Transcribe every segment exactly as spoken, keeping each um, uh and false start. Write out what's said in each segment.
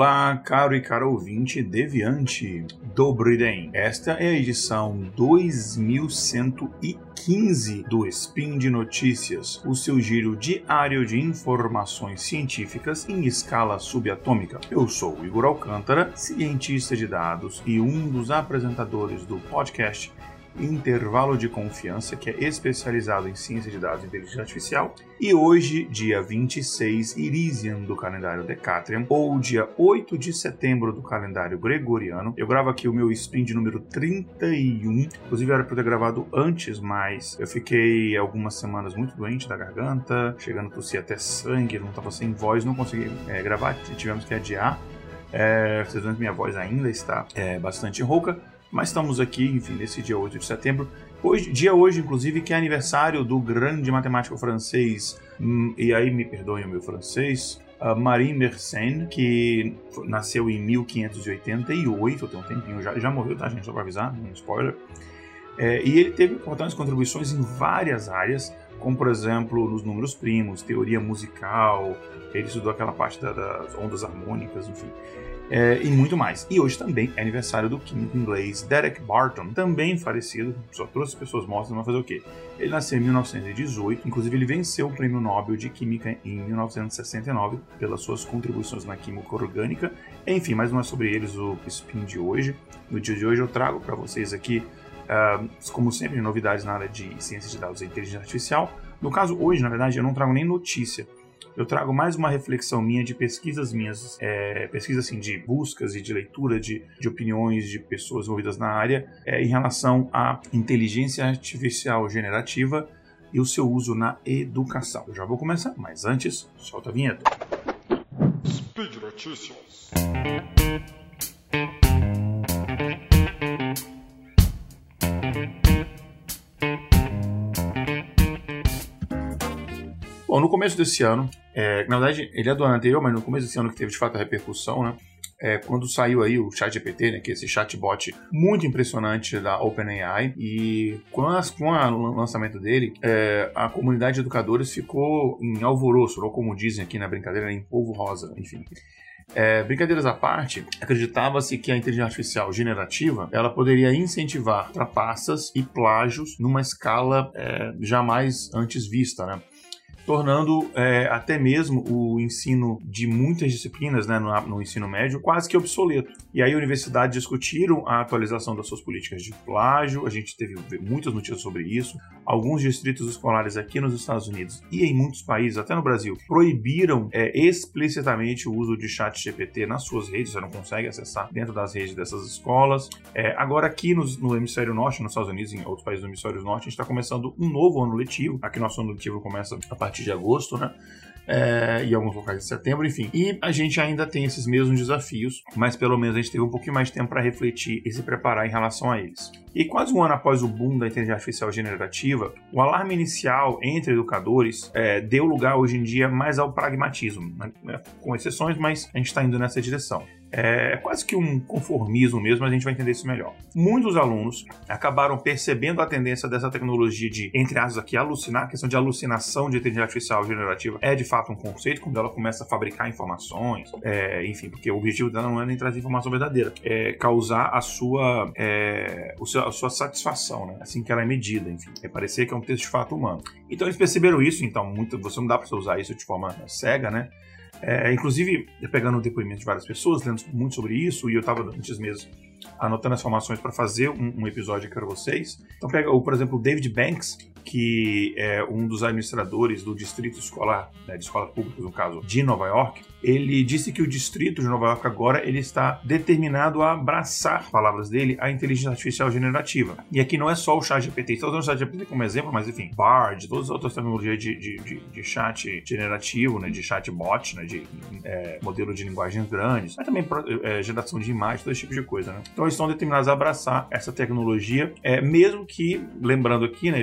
Olá, caro e caro ouvinte deviante, Dobry den. Esta é a edição dois mil cento e quinze do Spin de Notícias, o seu giro diário de informações científicas em escala subatômica. Eu sou o Igor Alcântara, cientista de dados e um dos apresentadores do podcast Intervalo de Confiança, que é especializado em ciência de dados e inteligência artificial, e hoje, dia vinte e seis Irisian do calendário Decatrian, ou dia oito de setembro do calendário Gregoriano, eu gravo aqui o meu spin de número trinta e um, inclusive era para ter gravado antes, mas eu fiquei algumas semanas muito doente da garganta, chegando a tossir até sangue, não estava sem voz, não consegui é, gravar, tivemos que adiar. É, vocês veem que minha voz ainda está é, bastante rouca, mas estamos aqui, enfim, nesse dia oito de setembro. Hoje, dia hoje, inclusive, que é aniversário do grande matemático francês, hum, e aí me perdoem o meu francês, uh, Marie Mersenne, que nasceu em mil quinhentos e oitenta e oito, tem um tempinho, já, já morreu, tá, gente? Só para avisar, um spoiler. É, e ele teve importantes contribuições em várias áreas, como, por exemplo, nos números primos, teoria musical, ele estudou aquela parte da, das ondas harmônicas, enfim. É, e muito mais. E hoje também é aniversário do químico inglês Derek Barton, também falecido, só trouxe pessoas mortas, mas fazer o quê? Ele nasceu em mil novecentos e dezoito, inclusive ele venceu o Prêmio Nobel de Química em mil novecentos e sessenta e nove pelas suas contribuições na química orgânica. Enfim, mas não é sobre eles o spin de hoje. No dia de hoje eu trago para vocês aqui, uh, como sempre, novidades na área de ciência de dados e inteligência artificial. No caso, hoje, na verdade, eu não trago nem notícia. Eu trago mais uma reflexão minha de pesquisas minhas, é, pesquisas assim, de buscas e de leitura de, de opiniões de pessoas envolvidas na área é, em relação à inteligência artificial generativa e o seu uso na educação. Eu já vou começar, mas antes, solta a vinheta. Speed Notícias. Bom, no começo desse ano, é, na verdade ele é do ano anterior, mas no começo desse ano que teve de fato a repercussão, né? É, quando saiu aí o ChatGPT, né, que é esse chatbot muito impressionante da OpenAI, e com, as, com o lançamento dele, é, a comunidade de educadores ficou em alvoroço, ou como dizem aqui na brincadeira, em polvo rosa, enfim. É, brincadeiras à parte, acreditava-se que a inteligência artificial generativa ela poderia incentivar trapaças e plágios numa escala é, jamais antes vista, né? Tornando é, até mesmo o ensino de muitas disciplinas, né, no, no ensino médio quase que obsoleto. E aí universidades discutiram a atualização das suas políticas de plágio, a gente teve muitas notícias sobre isso. Alguns distritos escolares aqui nos Estados Unidos e em muitos países, até no Brasil, proibiram é, explicitamente o uso de ChatGPT nas suas redes, você não consegue acessar dentro das redes dessas escolas. É, agora aqui no, no hemisfério norte, nos Estados Unidos e em outros países do hemisfério norte, a gente está começando um novo ano letivo. Aqui nosso ano letivo começa a partir de agosto, né? É, e alguns locais de setembro, enfim. E a gente ainda tem esses mesmos desafios, mas pelo menos a gente teve um pouquinho mais de tempo para refletir e se preparar em relação a eles. E quase um ano após o boom da inteligência artificial generativa, o alarme inicial entre educadores é, deu lugar hoje em dia mais ao pragmatismo, né? Com exceções, mas a gente está indo nessa direção. É quase que um conformismo mesmo, mas a gente vai entender isso melhor. Muitos alunos acabaram percebendo a tendência dessa tecnologia de, entre aspas aqui, alucinar. A questão de alucinação de inteligência artificial generativa é de fato um conceito, quando ela começa a fabricar informações, é, enfim, porque o objetivo dela não é nem trazer informação verdadeira, é causar a sua, é, o seu, a sua satisfação, né? Assim que ela é medida, enfim, é parecer que é um texto de fato humano. Então eles perceberam isso, então muito, você não dá para você usar isso de forma cega, né? É, inclusive, pegando o depoimento de várias pessoas, lendo muito sobre isso, e eu estava antes mesmo anotando as informações para fazer um, um episódio aqui para vocês. Então, pega, por exemplo, o David Banks, que é um dos administradores do distrito escolar, né, de escolas públicas, no caso, de Nova York. Ele disse que o distrito de Nova York agora ele está determinado a abraçar, palavras dele, a inteligência artificial generativa. E aqui não é só o ChatGPT, estou usando o ChatGPT como exemplo, mas enfim, Bard, todas as outras tecnologias de, de, de, de chat generativo, né, de chatbot, né, de é, modelo de linguagens grandes, mas também é, geração de imagens, todo esse tipo de coisa, né? Então eles estão determinados a abraçar essa tecnologia, é, mesmo que, lembrando aqui, né, ele fazendo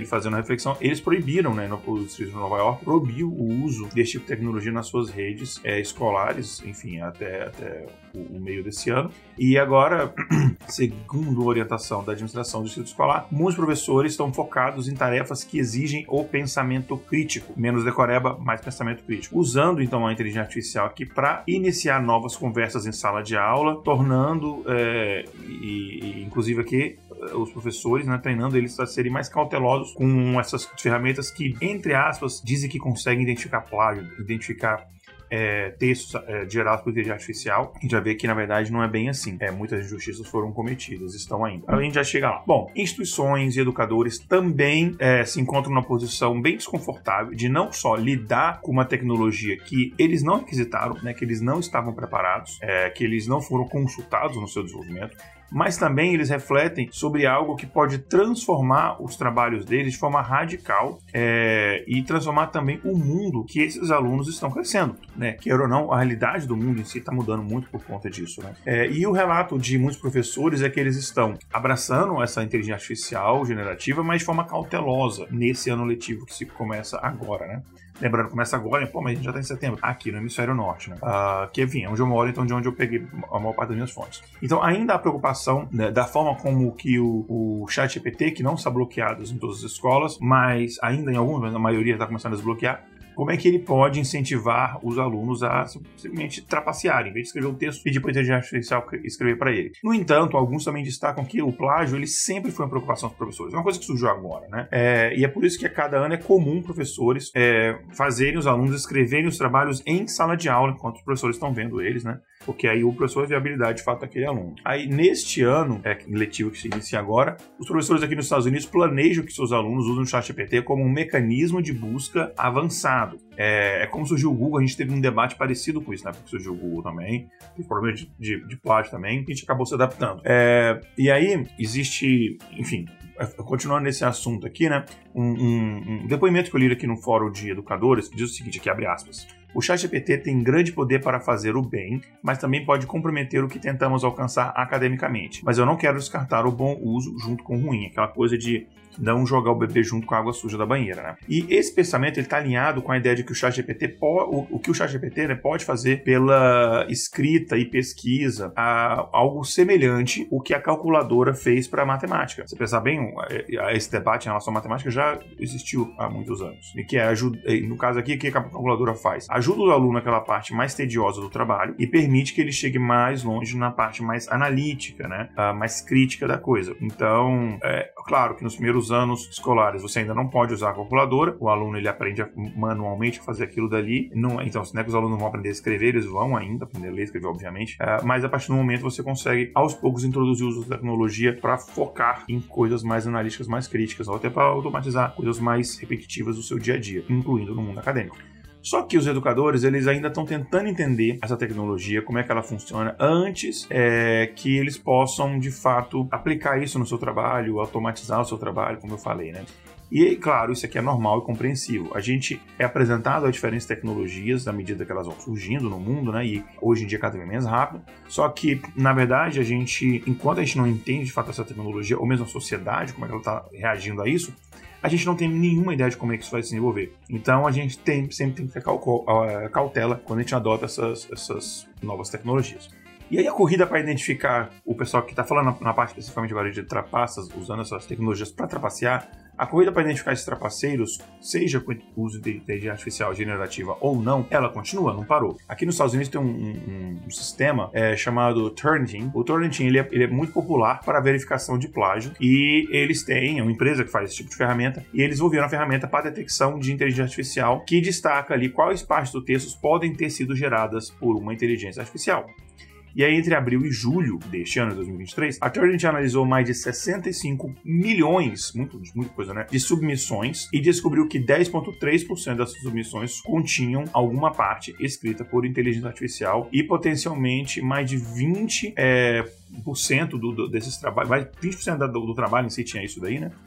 reflexão, eles proibiram, né, no, o Distrito de Nova York proibiu o uso desse tipo de tecnologia nas suas redes é, escolares, enfim, até, até o, o meio desse ano. E agora, segundo a orientação da administração do Distrito Escolar, muitos professores estão focados em tarefas que exigem o pensamento crítico, menos decoreba, mais pensamento crítico, usando então a inteligência artificial aqui para iniciar novas conversas em sala de aula, tornando, é, e, e inclusive aqui, os professores, né, treinando eles a serem mais cautelosos com essas ferramentas que, entre aspas, dizem que conseguem identificar plágio, identificar É, textos é, gerados por inteligência artificial. A gente vai ver que, na verdade, não é bem assim. É, muitas injustiças foram cometidas, estão ainda. A gente já chega lá. Bom, instituições e educadores também é, se encontram numa posição bem desconfortável de não só lidar com uma tecnologia que eles não requisitaram, né, que eles não estavam preparados, é, que eles não foram consultados no seu desenvolvimento, mas também eles refletem sobre algo que pode transformar os trabalhos deles de forma radical é, e transformar também o mundo que esses alunos estão crescendo, né? Quer ou não, a realidade do mundo em si está mudando muito por conta disso, né? É, e o relato de muitos professores é que eles estão abraçando essa inteligência artificial generativa, mas de forma cautelosa nesse ano letivo que se começa agora, né? Lembrando, começa agora, pô, mas a gente já tá em setembro. Aqui no hemisfério norte, né? Uh, que, enfim, é onde eu moro, então de onde eu peguei a maior parte das minhas fontes. Então, ainda há preocupação, né, da forma como que o, o ChatGPT, que não está bloqueado em todas as escolas, mas ainda em algumas, a maioria está começando a desbloquear, como é que ele pode incentivar os alunos a simplesmente trapacearem, em vez de escrever um texto, pedir para a inteligência artificial escrever para ele. No entanto, alguns também destacam que o plágio ele sempre foi uma preocupação dos professores. É uma coisa que surgiu agora, né? É, e é por isso que a cada ano é comum professores é, fazerem os alunos escreverem os trabalhos em sala de aula, enquanto os professores estão vendo eles, né? Porque aí o professor vê a habilidade de fato daquele aluno. Aí, neste ano é, letivo que se inicia agora, os professores aqui nos Estados Unidos planejam que seus alunos usem o ChatGPT como um mecanismo de busca avançado. É, é como surgiu o Google, a gente teve um debate parecido com isso, né? Porque surgiu o Google também, teve problema de, de, de plágio também, a gente acabou se adaptando. É, e aí, existe, enfim, continuando nesse assunto aqui, né? Um, um, um depoimento que eu li aqui no fórum de educadores diz o seguinte, aqui abre aspas. O ChatGPT tem grande poder para fazer o bem, mas também pode comprometer o que tentamos alcançar academicamente. Mas eu não quero descartar o bom uso junto com o ruim, aquela coisa de não jogar o bebê junto com a água suja da banheira, né? E esse pensamento está alinhado com a ideia de que o ChatGPT pode, o, o que o ChatGPT, né, pode fazer pela escrita e pesquisa a, algo semelhante ao que a calculadora fez para a matemática. Se pensar bem, esse debate em relação à matemática já existiu há muitos anos. E que é ajuda, no caso aqui, o que a calculadora faz? Ajuda o aluno naquela parte mais tediosa do trabalho e permite que ele chegue mais longe na parte mais analítica, né? A mais crítica da coisa. Então, é claro que nos primeiros anos escolares você ainda não pode usar a calculadora, o aluno ele aprende a, manualmente a fazer aquilo dali, não, então não é que os alunos vão aprender a escrever, eles vão ainda aprender a ler e escrever, obviamente, uh, mas a partir do momento você consegue aos poucos introduzir o uso da tecnologia para focar em coisas mais analíticas, mais críticas, ou até para automatizar coisas mais repetitivas do seu dia a dia, incluindo no mundo acadêmico. Só que os educadores, eles ainda estão tentando entender essa tecnologia, como é que ela funciona, antes é, que eles possam, de fato, aplicar isso no seu trabalho, automatizar o seu trabalho, como eu falei, né? E, claro, isso aqui é normal e compreensível. A gente é apresentado a diferentes tecnologias à medida que elas vão surgindo no mundo, né? E hoje em dia cada vez mais rápido. Só que, na verdade, a gente, enquanto a gente não entende de fato essa tecnologia, ou mesmo a sociedade, como é que ela está reagindo a isso, a gente não tem nenhuma ideia de como é que isso vai se desenvolver. Então, a gente tem, sempre tem que ter cautela quando a gente adota essas, essas novas tecnologias. E aí a corrida para identificar o pessoal que está falando na parte especificamente agora de trapaças, usando essas tecnologias para trapacear, a corrida para identificar esses trapaceiros, seja com o uso de inteligência artificial generativa ou não, ela continua, não parou. Aqui nos Estados Unidos tem um, um, um sistema é, chamado Turnitin. O Turnitin ele é, ele é muito popular para verificação de plágio e eles têm, é uma empresa que faz esse tipo de ferramenta, e eles desenvolveram a ferramenta para detecção de inteligência artificial que destaca ali quais partes do texto podem ter sido geradas por uma inteligência artificial. E aí, entre abril e julho deste ano, dois mil e vinte e três, a Turnitin analisou mais de sessenta e cinco milhões, muito, muita coisa, né, de submissões e descobriu que dez vírgula três por cento dessas submissões continham alguma parte escrita por inteligência artificial e potencialmente mais de vinte por cento é, do, do, desses trabalhos, mais de vinte por cento do, do trabalho em si tinha isso daí, né?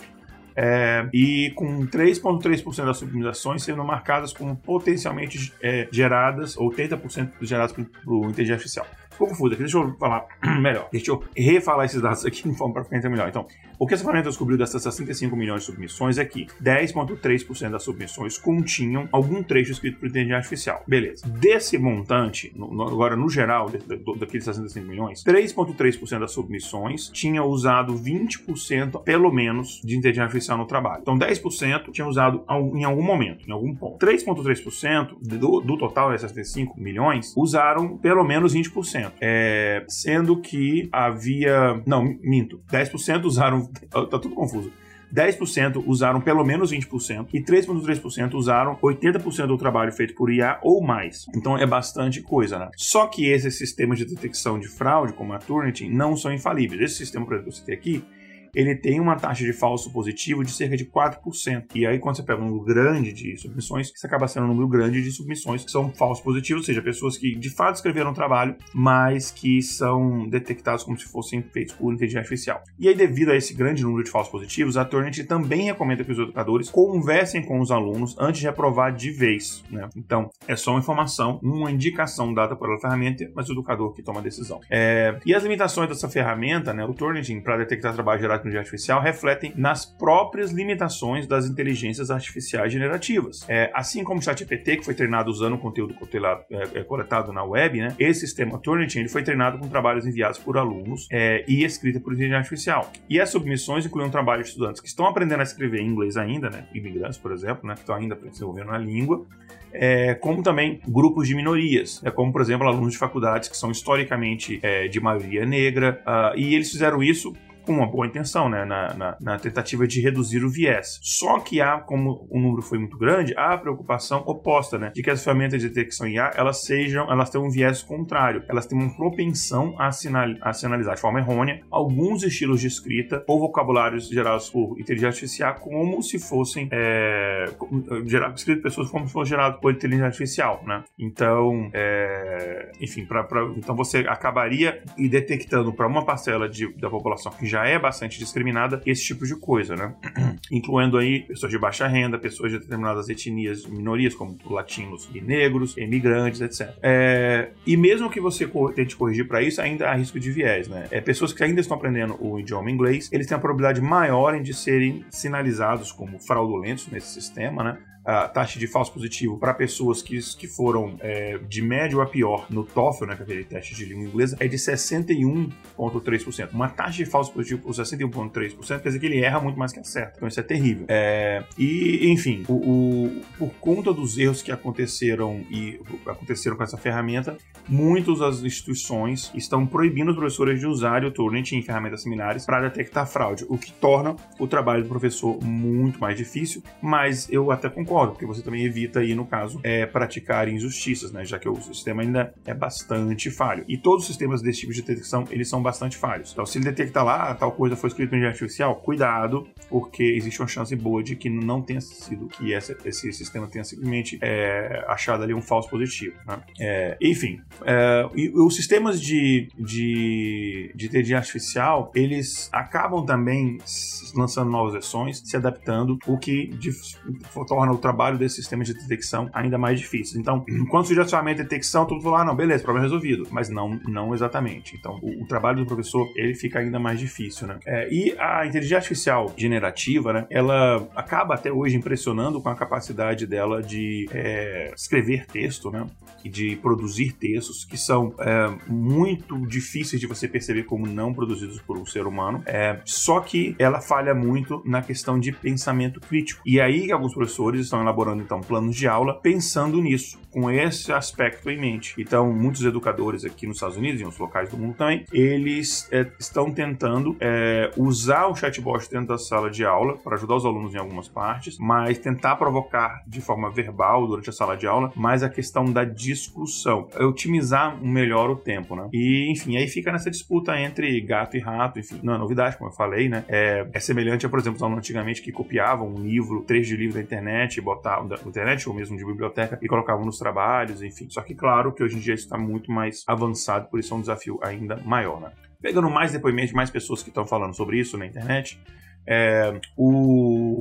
É, e com três vírgula três por cento das submissões sendo marcadas como potencialmente é, geradas, ou oitenta por cento geradas por, por inteligência artificial. ficou confuso aqui, deixa eu falar melhor. Deixa eu refalar esses dados aqui de forma para ficar melhor. Então, o que essa ferramenta descobriu dessas sessenta e cinco milhões de submissões é que dez vírgula três por cento das submissões continham algum trecho escrito por inteligência artificial. Beleza. Desse montante, no, no, agora no geral, de, de, daqueles sessenta e cinco milhões, três vírgula três por cento das submissões tinham usado vinte por cento, pelo menos, de inteligência artificial no trabalho. Então, dez por cento tinham usado em algum momento, em algum ponto. três vírgula três por cento do, do total dessas sessenta e cinco milhões usaram pelo menos vinte por cento. É, sendo que havia... Não, minto. dez por cento usaram... Tá tudo confuso. dez por cento usaram pelo menos vinte por cento e três vírgula três por cento usaram oitenta por cento do trabalho feito por I A ou mais. Então é bastante coisa, né? Só que esses sistemas de detecção de fraude, como a Turnitin, não são infalíveis. Esse sistema, por exemplo, que eu citei aqui, ele tem uma taxa de falso positivo de cerca de quatro por cento. E aí, quando você pega um número grande de submissões, isso acaba sendo um número grande de submissões que são falsos positivos, ou seja, pessoas que de fato escreveram o trabalho, mas que são detectados como se fossem feitos por inteligência artificial. E aí, devido a esse grande número de falsos positivos, a Turnitin também recomenda que os educadores conversem com os alunos antes de aprovar de vez, né? Então, é só uma informação, uma indicação dada pela ferramenta, mas o educador que toma a decisão. É... E as limitações dessa ferramenta, né, o Turnitin, para detectar trabalho gerado inteligência artificial, refletem nas próprias limitações das inteligências artificiais generativas. É, assim como o ChatGPT, que foi treinado usando o conteúdo é, é, coletado na web, né, esse sistema Turnitin ele foi treinado com trabalhos enviados por alunos é, e escrita por inteligência artificial. E as submissões incluem um trabalho de estudantes que estão aprendendo a escrever em inglês ainda, né, imigrantes, por exemplo, né, que estão ainda desenvolvendo a língua, É, como também grupos de minorias, é, como, por exemplo, alunos de faculdades que são historicamente é, de maioria negra, uh, e eles fizeram isso com uma boa intenção, né, na, na, na tentativa de reduzir o viés. Só que há, como o número foi muito grande, há a preocupação oposta, né, de que as ferramentas de detecção I A, elas sejam, elas têm um viés contrário, elas têm uma propensão a, sinal, a sinalizar de forma errônea alguns estilos de escrita ou vocabulários gerados por inteligência artificial como se fossem é, gerados, escritos por pessoas como se fossem gerados por inteligência artificial, né. Então, é, enfim, pra, pra, então você acabaria detectando para uma parcela de, da população que já é bastante discriminada esse tipo de coisa, né? Incluindo aí pessoas de baixa renda, pessoas de determinadas etnias, minorias, como latinos e negros, imigrantes, etcétera. É, e mesmo que você tente corrigir para isso, ainda há risco de viés, né? É, pessoas que ainda estão aprendendo o idioma inglês, eles têm a probabilidade maior de serem sinalizados como fraudulentos nesse sistema, né? A taxa de falso positivo para pessoas que, que foram é, de médio a pior no TOEFL, né, que é aquele teste de língua inglesa, é de sessenta e um vírgula três por cento. Uma taxa de falso positivo por sessenta e um vírgula três por cento quer dizer que ele erra muito mais que acerta. Então isso é terrível. É, e, enfim, o, o, por conta dos erros que aconteceram e aconteceram com essa ferramenta, muitas das instituições estão proibindo os professores de usar o Turnitin em ferramentas similares para detectar fraude, o que torna o trabalho do professor muito mais difícil, mas eu até concordo, porque você também evita aí, no caso, é, praticar injustiças, né? Já que o sistema ainda é bastante falho. E todos os sistemas desse tipo de detecção, eles são bastante falhos. Então, se ele detectar lá, tal coisa foi escrita em inteligência artificial, cuidado, porque existe uma chance boa de que não tenha sido, que essa, esse sistema tenha simplesmente é, achado ali um falso positivo, né? É, enfim, é, e os sistemas de, de, de inteligência artificial, eles acabam também lançando novas versões, se adaptando, o que de, torna o trabalho desse sistema de detecção ainda mais difícil. Então, quando surge a ferramenta de detecção, todo mundo fala, ah, não, beleza, problema resolvido. Mas não, não exatamente. Então, o, o trabalho do professor, ele fica ainda mais difícil, né? É, e a inteligência artificial generativa, né, ela acaba até hoje impressionando com a capacidade dela de é, escrever texto, né, e de produzir textos que são é, muito difíceis de você perceber como não produzidos por um ser humano. É, só que ela falha muito na questão de pensamento crítico. E aí, alguns professores estão elaborando, então, planos de aula pensando nisso, com esse aspecto em mente. Então, muitos educadores aqui nos Estados Unidos e em outros locais do mundo também, eles é, estão tentando é, usar o chatbot dentro da sala de aula para ajudar os alunos em algumas partes, mas tentar provocar de forma verbal durante a sala de aula mais a questão da discussão, é otimizar melhor o tempo, né? E, enfim, aí fica nessa disputa entre gato e rato, enfim, não é novidade, como eu falei, né? É, é semelhante a, por exemplo, os alunos antigamente que copiavam um livro, trecho de livro da internet, botavam da internet ou mesmo de biblioteca e colocavam nos trabalhos, enfim. Só que, claro, que hoje em dia isso está muito mais avançado, por isso é um desafio ainda maior, né? Pegando mais depoimentos, mais pessoas que estão falando sobre isso na internet, É, o,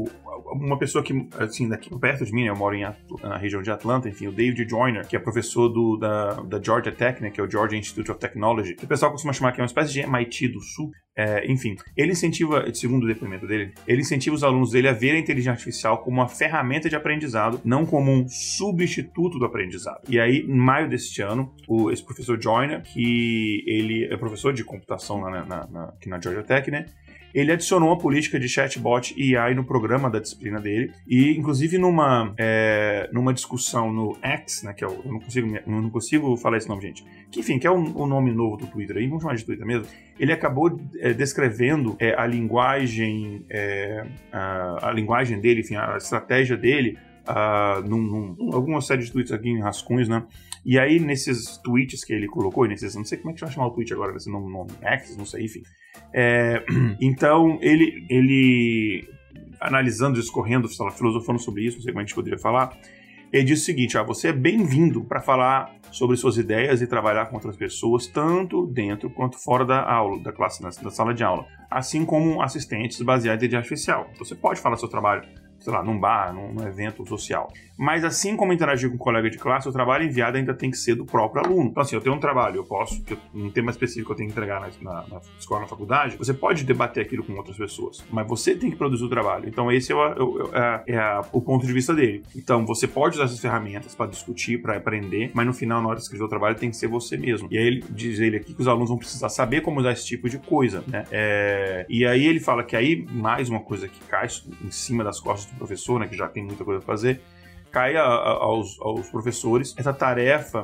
uma pessoa que, assim, daqui perto de mim, né, eu moro em, na região de Atlanta, enfim, o David Joyner, que é professor do, da, da Georgia Tech, né, que é o Georgia Institute of Technology, que o pessoal costuma chamar que é uma espécie de M I T do Sul. É, enfim, ele incentiva, segundo o depoimento dele, ele incentiva os alunos dele a ver a inteligência artificial como uma ferramenta de aprendizado, não como um substituto do aprendizado. E aí, em maio deste ano, o, esse professor Joyner, que ele é professor de computação lá na, na, na, aqui na Georgia Tech, né? Ele adicionou a política de chatbot e A I no programa da disciplina dele e, inclusive, numa, é, numa discussão no X, né, que é o, eu não consigo, eu não consigo falar esse nome, gente, que, enfim, que é o, o nome novo do Twitter aí, vamos chamar de Twitter mesmo, ele acabou é, descrevendo é, a linguagem, é, a, a linguagem dele, enfim, a estratégia dele, Uh, num, num, alguma série de tweets aqui em rascunhos, né? E aí, nesses tweets que ele colocou, nesses, não sei como é que vai chamar o tweet agora, nesse nome, nome X, não sei, enfim. É, então, ele, ele, analisando, discorrendo, filosofando sobre isso, não sei como a gente poderia falar, ele diz o seguinte: ah, você é bem-vindo para falar sobre suas ideias e trabalhar com outras pessoas, tanto dentro quanto fora da aula, da classe, da sala de aula, assim como assistentes baseados em inteligência artificial. Você pode falar seu trabalho, sei lá, num bar, num, num evento social. Mas assim como interagir com um colega de classe, o trabalho enviado ainda tem que ser do próprio aluno. Então assim, eu tenho um trabalho, eu posso, eu, um tema específico que eu tenho que entregar na, na, na escola, na faculdade, você pode debater aquilo com outras pessoas, mas você tem que produzir o trabalho. Então esse é, o, é, é a, o ponto de vista dele. Então você pode usar essas ferramentas para discutir, para aprender, mas no final, na hora de escrever o trabalho, tem que ser você mesmo. E aí ele diz ele aqui que os alunos vão precisar saber como usar esse tipo de coisa, né? É, e aí ele fala que aí, mais uma coisa que cai em cima das costas do professor, né, que já tem muita coisa a fazer, cai a, a, aos, aos professores essa tarefa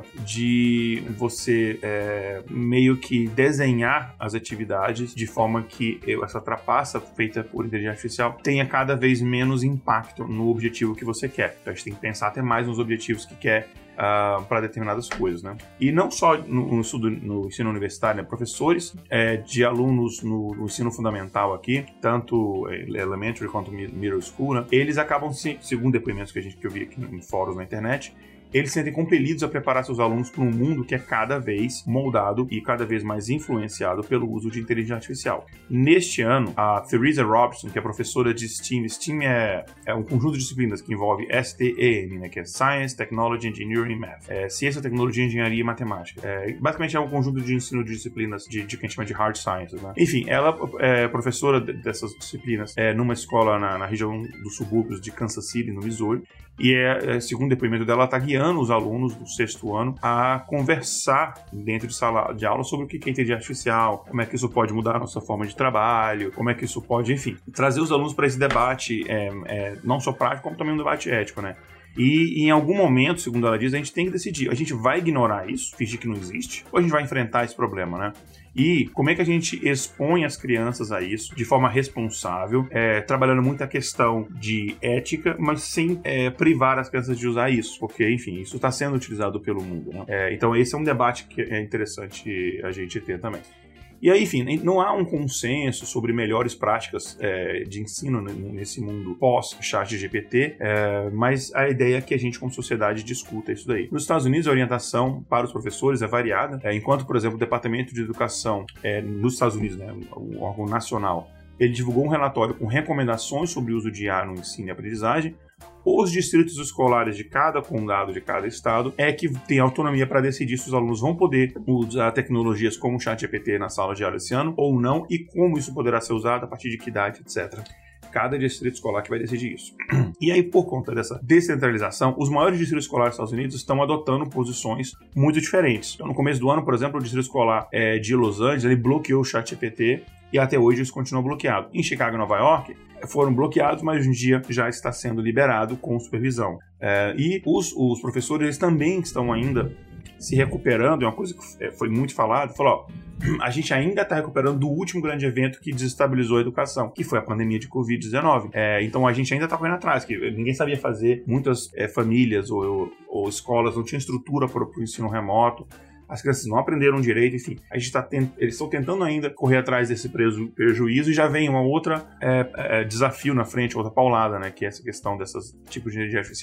de você é, meio que desenhar as atividades de forma que essa trapaça feita por inteligência artificial tenha cada vez menos impacto no objetivo que você quer. Então a gente tem que pensar até mais nos objetivos que quer Uh, para determinadas coisas, né? E não só no, no, estudo, no ensino universitário, né? Professores é, de alunos no, no ensino fundamental aqui, tanto elementary quanto middle school, né? Eles acabam, segundo depoimentos que, a gente, que eu vi aqui em fóruns na internet, eles se sentem compelidos a preparar seus alunos para um mundo que é cada vez moldado e cada vez mais influenciado pelo uso de inteligência artificial. Neste ano, a Theresa Robertson, que é professora de STEAM, STEAM é, é um conjunto de disciplinas que envolve S T E M, né, que é Science, Technology, Engineering e Math. É, ciência, tecnologia, engenharia e matemática. É, basicamente é um conjunto de ensino de disciplinas de, de que a gente chama de hard sciences, né? Enfim, ela é professora dessas disciplinas é, numa escola na, na região dos subúrbios de Kansas City, no Missouri. E, é, segundo o depoimento dela, ela está guiando os alunos do sexto ano a conversar dentro de sala de aula sobre o que é inteligência artificial, como é que isso pode mudar a nossa forma de trabalho, como é que isso pode, enfim, trazer os alunos para esse debate, é, é, não só prático, como também um debate ético, né? E em algum momento, segundo ela diz, a gente tem que decidir, a gente vai ignorar isso, fingir que não existe, ou a gente vai enfrentar esse problema, né? E como é que a gente expõe as crianças a isso de forma responsável, é, trabalhando muito a questão de ética, mas sem é, privar as crianças de usar isso, porque, enfim, isso está sendo utilizado pelo mundo, né? É, então esse é um debate que é interessante a gente ter também. E aí, enfim, não há um consenso sobre melhores práticas é, de ensino nesse mundo pós-chat G P T, é, mas a ideia é que a gente, como sociedade, discuta isso daí. Nos Estados Unidos, a orientação para os professores é variada, é, enquanto, por exemplo, o Departamento de Educação é, nos Estados Unidos, né, o órgão nacional, ele divulgou um relatório com recomendações sobre o uso de I A no ensino e aprendizagem. Os distritos escolares de cada condado, de cada estado, é que tem autonomia para decidir se os alunos vão poder usar tecnologias como o chat G P T na sala de aula esse ano ou não, e como isso poderá ser usado, a partir de que idade, etcétera. Cada distrito escolar que vai decidir isso. E aí, por conta dessa descentralização, os maiores distritos escolares dos Estados Unidos estão adotando posições muito diferentes. Então, no começo do ano, por exemplo, o distrito escolar é, de Los Angeles, ele bloqueou o chat G P T e até hoje isso continua bloqueado. Em Chicago e Nova York, foram bloqueados, mas hoje em dia já está sendo liberado com supervisão. É, e os, os professores eles também estão ainda se recuperando, é uma coisa que foi muito falada, falou, ó, a gente ainda está recuperando do último grande evento que desestabilizou a educação, que foi a pandemia de covid dezenove. É, então a gente ainda está correndo atrás, que ninguém sabia fazer, muitas é, famílias ou, ou, ou escolas não tinham estrutura para o ensino remoto, as crianças não aprenderam direito, enfim, a gente tá tent... eles estão tentando ainda correr atrás desse preju... prejuízo e já vem uma outra é, é, desafio na frente, outra paulada, né, que é essa questão desses tipos de energia artificial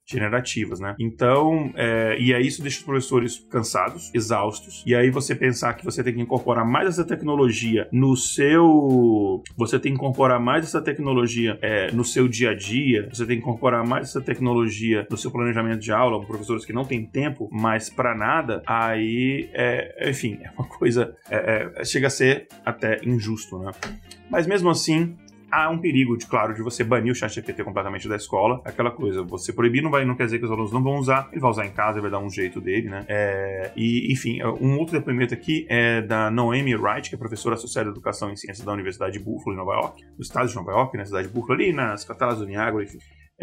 generativas, né? Então, é, e aí isso deixa os professores cansados, exaustos, e aí você pensar que você tem que incorporar mais essa tecnologia no seu... Você tem que incorporar mais essa tecnologia é, no seu dia a dia, você tem que incorporar mais essa tecnologia no seu planejamento de aula, com professores que não têm tempo mais para nada, aí, é, enfim, é uma coisa... É, é, chega a ser até injusto, né? Mas mesmo assim, há um perigo, de, claro, de você banir o ChatGPT completamente da escola. Aquela coisa, você proibir não, vai, não quer dizer que os alunos não vão usar, ele vai usar em casa, ele vai dar um jeito dele, né? É, e, enfim, um outro depoimento aqui é da Noemi Wright, que é professora associada de Educação em Ciências da Universidade de Buffalo, em Nova York, no estado de Nova York, na cidade de Buffalo, ali nas Cataratas do Niágara, enfim.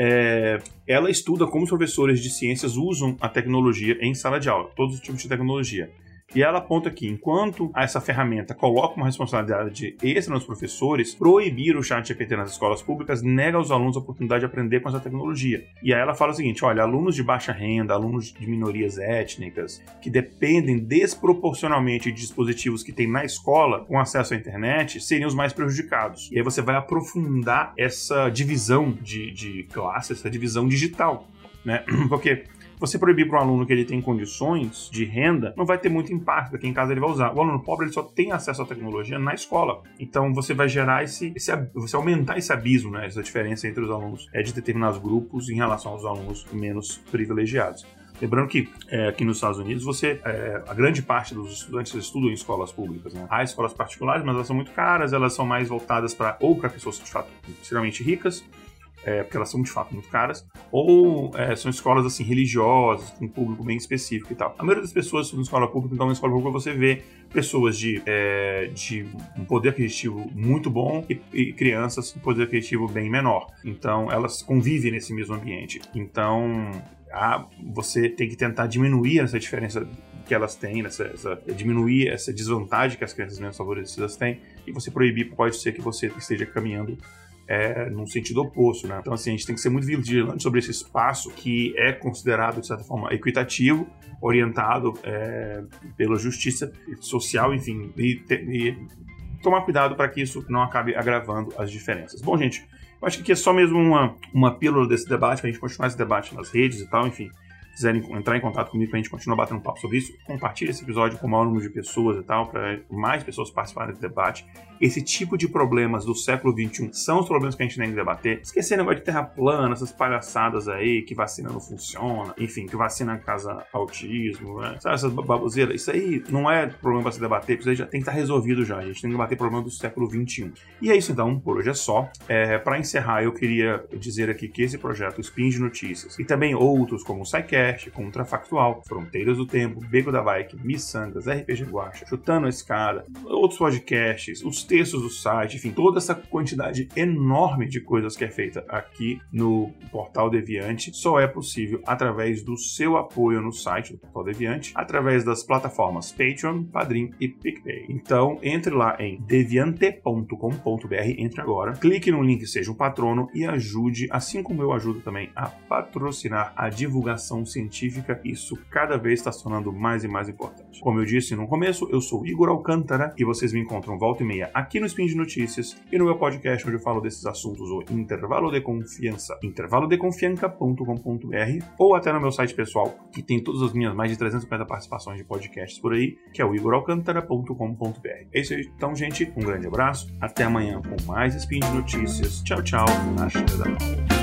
É, ela estuda como os professores de ciências usam a tecnologia em sala de aula, todos os tipos de tecnologia. E ela aponta que, enquanto essa ferramenta coloca uma responsabilidade extra nos professores, proibir o ChatGPT nas escolas públicas nega aos alunos a oportunidade de aprender com essa tecnologia. E aí ela fala o seguinte, olha, alunos de baixa renda, alunos de minorias étnicas, que dependem desproporcionalmente de dispositivos que tem na escola, com acesso à internet, seriam os mais prejudicados. E aí você vai aprofundar essa divisão de, de classe, essa divisão digital, né? Porque... você proibir para um aluno que ele tem condições de renda, não vai ter muito impacto, porque em casa ele vai usar. O aluno pobre ele só tem acesso à tecnologia na escola. Então você vai gerar esse, esse você aumentar esse abismo, né, essa diferença entre os alunos é de determinados grupos em relação aos alunos menos privilegiados. Lembrando que é, aqui nos Estados Unidos, você, é, a grande parte dos estudantes estudam em escolas públicas, né? Há escolas particulares, mas elas são muito caras, elas são mais voltadas para ou para pessoas de fato extremamente ricas, É, porque elas são de fato muito caras, ou é, são escolas assim religiosas, com um público bem específico e tal. A maioria das pessoas estudam em escola pública, então na escola pública você vê pessoas de, é, de um poder aquisitivo muito bom e, e crianças com poder aquisitivo bem menor. Então elas convivem nesse mesmo ambiente. Então a, você tem que tentar diminuir essa diferença que elas têm, essa, essa, diminuir essa desvantagem que as crianças menos favorecidas têm, e você proibir pode ser que você esteja caminhando É, num sentido oposto, né? Então, assim, a gente tem que ser muito vigilante sobre esse espaço que é considerado, de certa forma, equitativo, orientado é, pela justiça social, enfim, e, te, e tomar cuidado para que isso não acabe agravando as diferenças. Bom, gente, eu acho que aqui é só mesmo uma, uma pílula desse debate, para a gente continuar esse debate nas redes e tal, enfim. Se quiserem entrar em contato comigo para a gente continuar batendo um papo sobre isso, compartilhe esse episódio com o maior número de pessoas e tal, para mais pessoas participarem desse debate. Esse tipo de problemas do século vinte e um são os problemas que a gente tem que debater. Esquecer o negócio de terra plana, essas palhaçadas aí, que vacina não funciona, enfim, que vacina causa autismo, né? Sabe, essas baboseiras. Isso aí não é problema para se debater, isso aí já tem que estar resolvido já. A gente tem que debater problema do século vinte e um. E é isso então, por hoje é só. É, para encerrar, eu queria dizer aqui que esse projeto, o Spin de Notícias, e também outros como o SciCast, Contrafactual, Fronteiras do Tempo, Beco da Bike, Missangas, R P G Guacha, Chutando a Escada, outros podcasts, os textos do site, enfim, toda essa quantidade enorme de coisas que é feita aqui no Portal Deviante só é possível através do seu apoio no site do Portal Deviante, através das plataformas Patreon, Padrim e PicPay. Então, entre lá em deviante ponto com ponto b r, entre agora, clique no link Seja um Patrono e ajude, assim como eu ajudo também, a patrocinar a divulgação científica. Isso cada vez está se tornando mais e mais importante. Como eu disse no começo, eu sou Igor Alcântara e vocês me encontram volta e meia aqui no Spin de Notícias e no meu podcast onde eu falo desses assuntos, o Intervalo de Confiança, intervalo de confiança ponto com ponto b r, ou até no meu site pessoal, que tem todas as minhas mais de trezentas e cinquenta participações de podcasts por aí, que é o igor alcântara ponto com ponto b r. É isso aí, então, gente, um grande abraço, até amanhã com mais Spin de Notícias. Tchau, tchau, Acha da Paula.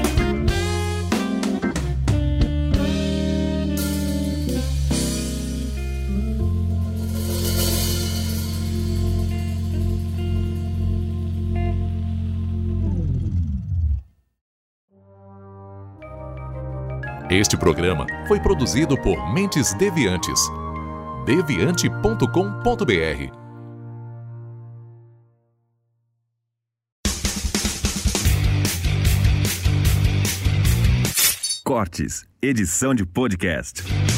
Este programa foi produzido por Mentes Deviantes. deviante ponto com ponto b r. Cortes, edição de podcast.